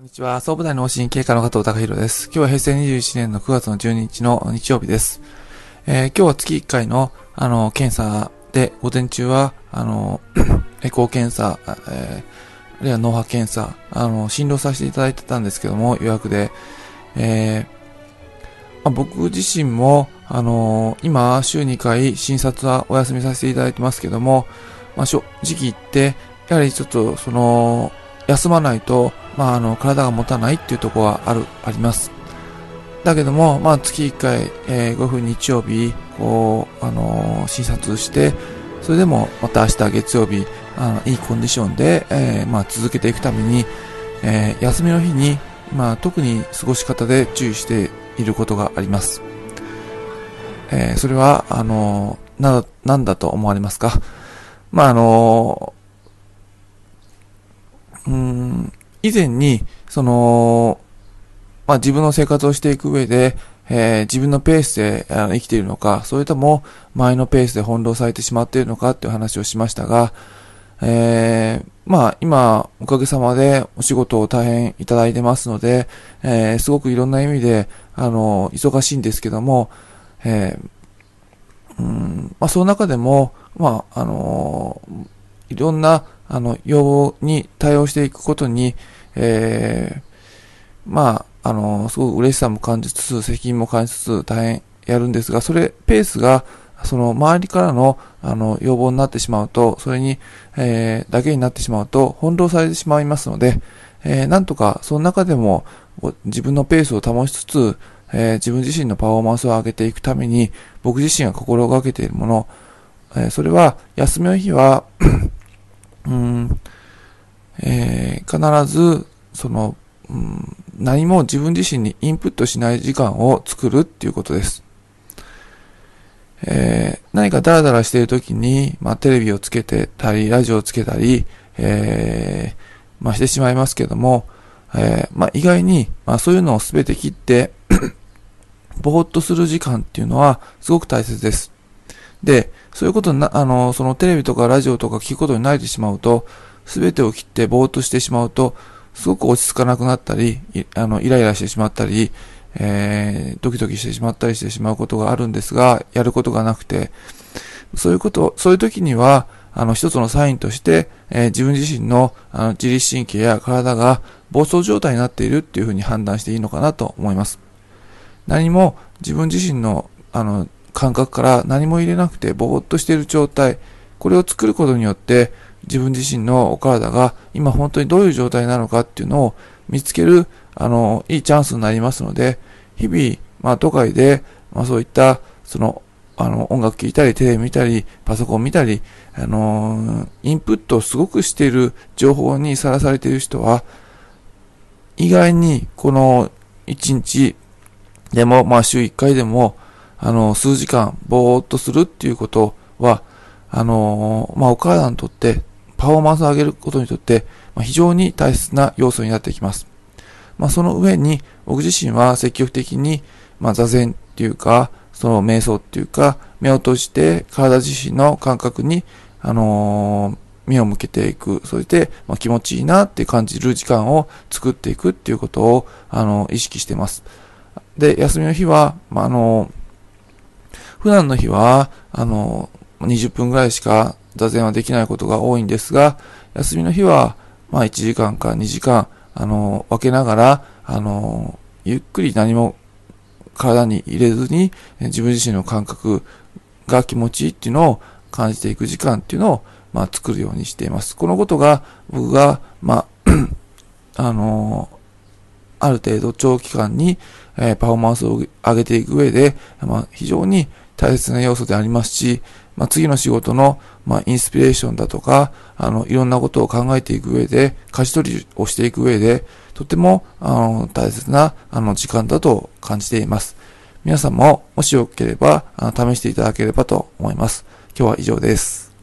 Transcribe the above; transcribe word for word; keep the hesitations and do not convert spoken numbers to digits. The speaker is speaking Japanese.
こんにちは。総武大脳神経科の加藤隆弘です。今日は平成にじゅういちねんのくがつのじゅうににちの日曜日です。えー、今日は月いっかいの、あの、検査で、午前中は、あの、エコー検査、えー、あるいは脳波検査、あの、診療させていただいてたんですけども、予約で、えーまあ、僕自身も、あのー、今、週にかい診察はお休みさせていただいてますけども、まあ、正直言って、やはりちょっと、その、休まないと、まあ、あの、体が持たないっていうところはある、あります。だけども、まあ、月いっかい、えー、ごふん日曜日、こう、あのー、診察して、それでも、また明日月曜日、あの、いいコンディションで、えー、まあ、続けていくために、えー、休みの日に、まあ、特に過ごし方で注意していることがあります。えー、それは、あのー、な、なんだと思われますか？まあ、あのー、うーん、以前に、その、まあ、自分の生活をしていく上で、えー、自分のペースであの生きているのか、それとも前のペースで翻弄されてしまっているのかっていう話をしましたが、えー、まあ、今、おかげさまでお仕事を大変いただいてますので、えー、すごくいろんな意味で、あの、忙しいんですけども、えー、うん、まあ、その中でも、まあ、あのー、いろんな、あの、要望に対応していくことに、えー、まあ、あのー、すごく嬉しさも感じつつ、責任も感じつつ、大変やるんですが、それ、ペースが、その周りからの、あの、要望になってしまうと、それに、えー、だけになってしまうと、翻弄されてしまいますので、えー、なんとか、その中でも、自分のペースを保ちつつ、えー、自分自身のパフォーマンスを上げていくために、僕自身が心がけているもの、えー、それは、休みの日は、うん、えー、必ず、その、うん、何も自分自身にインプットしない時間を作るっていうことです。えー、何かダラダラしているときに、まあ、テレビをつけてたり、ラジオをつけたり、えー、まあ、してしまいますけども、えー、まあ、意外に、まあ、そういうのをすべて切って、ぼーっとする時間っていうのは、すごく大切です。で、そういうことな、あの、そのテレビとかラジオとか聞くことに慣れてしまうと、すべてを切ってぼーっとしてしまうと、すごく落ち着かなくなったり、あの、イライラしてしまったり、えー、ドキドキしてしまったりしてしまうことがあるんですが、やることがなくて、そういうこと、そういう時には、あの、一つのサインとして、えー、自分自身の、あの、自律神経や体が暴走状態になっているっていうふうに判断していいのかなと思います。何も自分自身の、あの、感覚から何も入れなくてぼーっとしている状態、これを作ることによって、自分自身のお体が今本当にどういう状態なのかっていうのを見つける、あの、いいチャンスになりますので、日々、まあ、都会で、まあ、そういった、その、あの、音楽聴いたり、テレビ見たり、パソコン見たり、あのー、インプットをすごくしている情報にさらされている人は、意外に、この一日でも、まあ、週一回でも、あの、数時間、ぼーっとするっていうことは、あのー、まあ、お体にとって、パフォーマンスを上げることにとって、まあ、非常に大切な要素になってきます。まあ、その上に、僕自身は積極的に、まあ、座禅っていうか、その瞑想っていうか、目を閉じて体自身の感覚に、あのー、目を向けていく。そして、まあ、気持ちいいなって感じる時間を作っていくっていうことを、あのー、意識しています。で、休みの日は、まあ、あのー、普段の日は、あのー、にじゅっぷんぐらいしか座禅はできないことが多いんですが、休みの日は、まあ、いちじかんかにじかん、あのー、分けながら、あのー、ゆっくり何も体に入れずに自分自身の感覚が気持ちいいっていうのを感じていく時間っていうのを、まあ、作るようにしています。このことが僕が、まあ、あのー、ある程度長期間に、えー、パフォーマンスを上げていく上で、まあ、非常に大切な要素でありますし、まあ、次の仕事の、まあ、インスピレーションだとか、あの、いろんなことを考えていく上で、舵取りをしていく上で、とても、あの、大切な、あの、時間だと感じています。皆さんも、もしよければ、あの、試していただければと思います。今日は以上です。